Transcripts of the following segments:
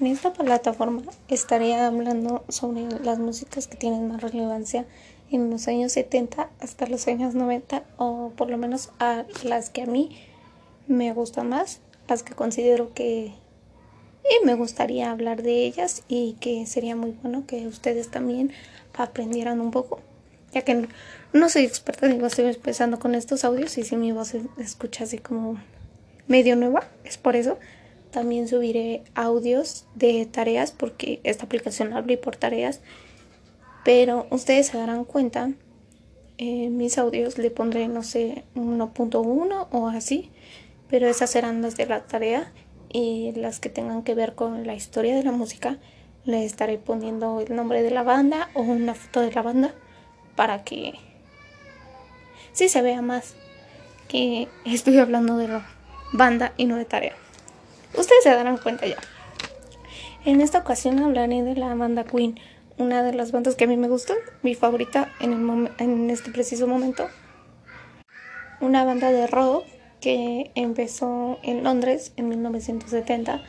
En esta plataforma estaré hablando sobre las músicas que tienen más relevancia en los años 70 hasta los años 90, o por lo menos a las que a mí me gustan más, las que considero que me gustaría hablar de ellas y que sería muy bueno que ustedes también aprendieran un poco, ya que no soy experta, digo, estoy empezando con estos audios y si mi voz se escucha así como medio nueva, es por eso. También subiré audios de tareas porque esta aplicación la abrí por tareas, pero ustedes se darán cuenta, mis audios le pondré, no sé, 1.1 o así, pero esas serán las de la tarea, y las que tengan que ver con la historia de la música le estaré poniendo el nombre de la banda o una foto de la banda para que sí se vea más que estoy hablando de la banda y no de tarea. Ustedes se darán cuenta ya. En esta ocasión hablaré de la banda Queen, una de las bandas que a mí me gustan, mi favorita en este preciso momento. Una banda de rock que empezó en Londres en 1970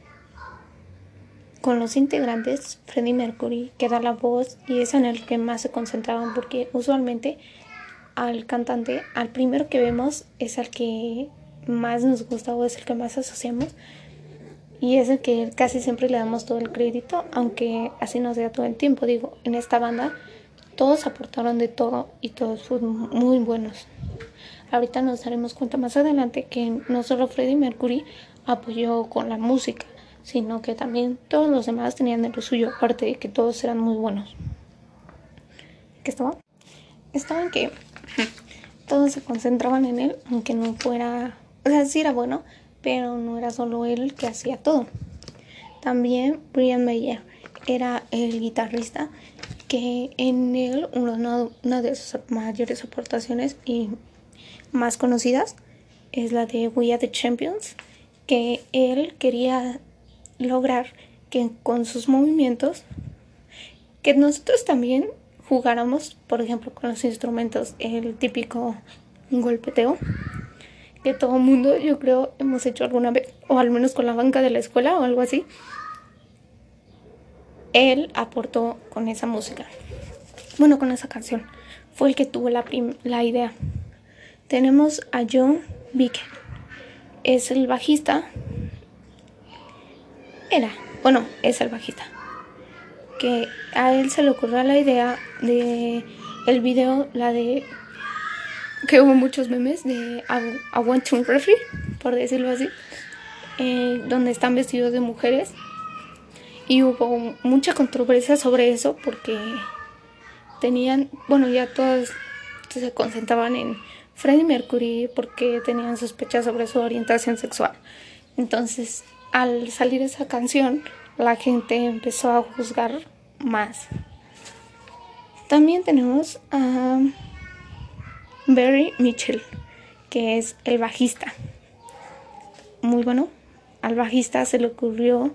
con los integrantes Freddie Mercury, que da la voz y es en el que más se concentraban, porque usualmente al cantante, al primero que vemos, es al que más nos gusta o es el que más asociamos, y es el que casi siempre le damos todo el crédito, aunque así no sea todo el tiempo. Digo, en esta banda todos aportaron de todo y todos fueron muy buenos. Ahorita nos daremos cuenta más adelante que no solo Freddie Mercury apoyó con la música, sino que también todos los demás tenían de lo suyo, aparte de que todos eran muy buenos. ¿Qué estaba? Estaba en que todos se concentraban en él, aunque no fuera, o sea, sí era bueno, pero no era solo él el que hacía todo. También Brian Mayer era el guitarrista, que en él una de sus mayores aportaciones y más conocidas es la de We Are the Champions, que él quería lograr que con sus movimientos, que nosotros también jugáramos, por ejemplo, con los instrumentos, el típico golpeteo, que todo mundo, yo creo, hemos hecho alguna vez, o al menos con la banca de la escuela o algo así. Él aportó con esa música, bueno, con esa canción. Fue el que tuvo la idea. Tenemos a John Vicken, es el bajista, es el bajista, que a él se le ocurrió la idea de el video, la de que hubo muchos memes de I Want to Referee, por decirlo así, donde están vestidos de mujeres, y hubo mucha controversia sobre eso porque ya todos se concentraban en Freddie Mercury porque tenían sospechas sobre su orientación sexual. Entonces, al salir esa canción, la gente empezó a juzgar más. También tenemos a Barry Mitchell, que es el bajista. Muy bueno. Al bajista se le ocurrió,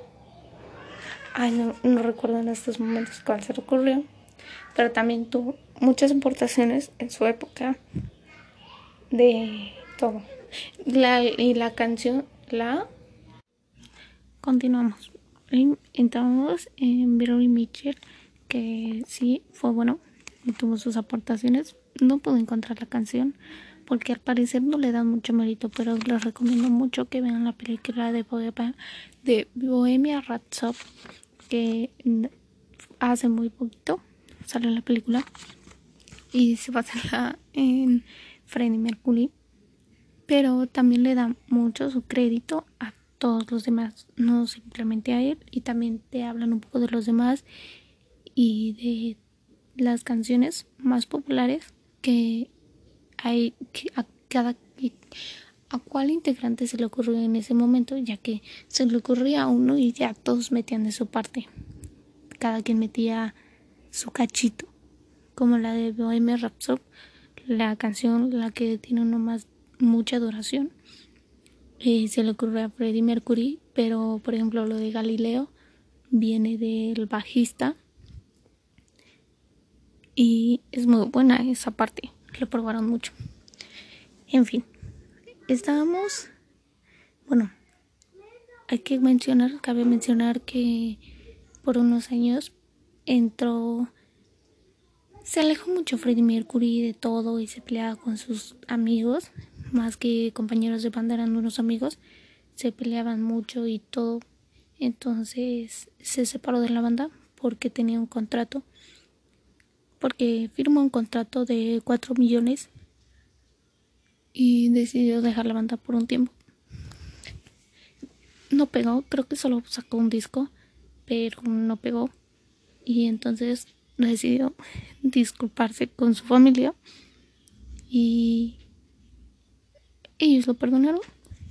no recuerdo en estos momentos cuál se le ocurrió, pero también tuvo muchas aportaciones en su época de todo. La canción, continuamos. Entramos en Barry Mitchell, que sí fue bueno y tuvo sus aportaciones. No pude encontrar la canción porque al parecer no le dan mucho mérito, pero les recomiendo mucho que vean la película de Bohemian Rhapsody, que hace muy poquito salió en la película y se basa en Freddie Mercury, pero también le da mucho su crédito a todos los demás, no simplemente a él, y también te hablan un poco de los demás y de las canciones más populares que hay, a cuál integrante se le ocurrió en ese momento, ya que se le ocurría a uno y ya todos metían de su parte, cada quien metía su cachito, como la de Bohemian Rhapsody, la canción, la que tiene mucha duración, se le ocurrió a Freddie Mercury, pero por ejemplo lo de Galileo viene del bajista y es muy buena esa parte, lo probaron mucho. En fin, cabe mencionar que por unos años se alejó mucho Freddie Mercury de todo y se peleaba con sus amigos, más que compañeros de banda eran unos amigos, se peleaban mucho y todo. Entonces se separó de la banda porque tenía un contrato, porque firmó un contrato de 4 millones y decidió dejar la banda por un tiempo. No pegó, creo que solo sacó un disco, pero no pegó. Y entonces decidió disculparse con su familia y ellos lo perdonaron.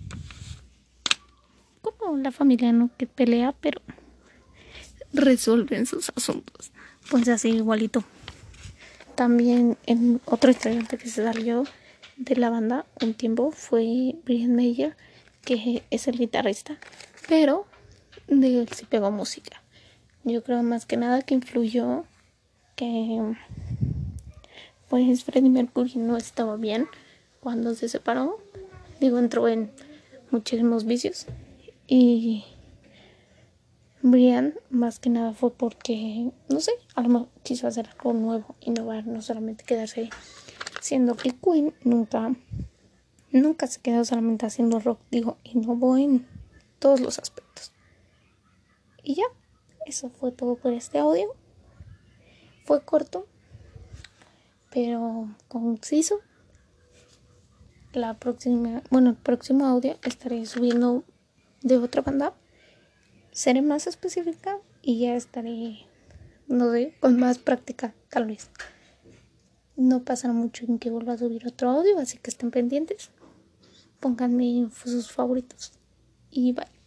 Como la familia no que pelea, pero resuelven sus asuntos. Pues así igualito. También en otro integrante que se salió de la banda un tiempo fue Brian Mayer, que es el guitarrista, pero de él sí pegó música. Yo creo más que nada que influyó que pues Freddie Mercury no estaba bien cuando se separó. Entró en muchísimos vicios y Brian más que nada fue porque, no sé, a lo mejor quiso hacer algo nuevo, innovar, no solamente quedarse siendo que Queen nunca se quedó solamente haciendo rock, innovó en todos los aspectos. Y ya, eso fue todo por este audio. Fue corto, pero conciso. El próximo audio estaré subiendo de otra banda. Seré más específica y ya estaré, no sé, con más práctica, tal vez. No pasará mucho en que vuelva a subir otro audio, así que estén pendientes. Pónganme sus favoritos y bye.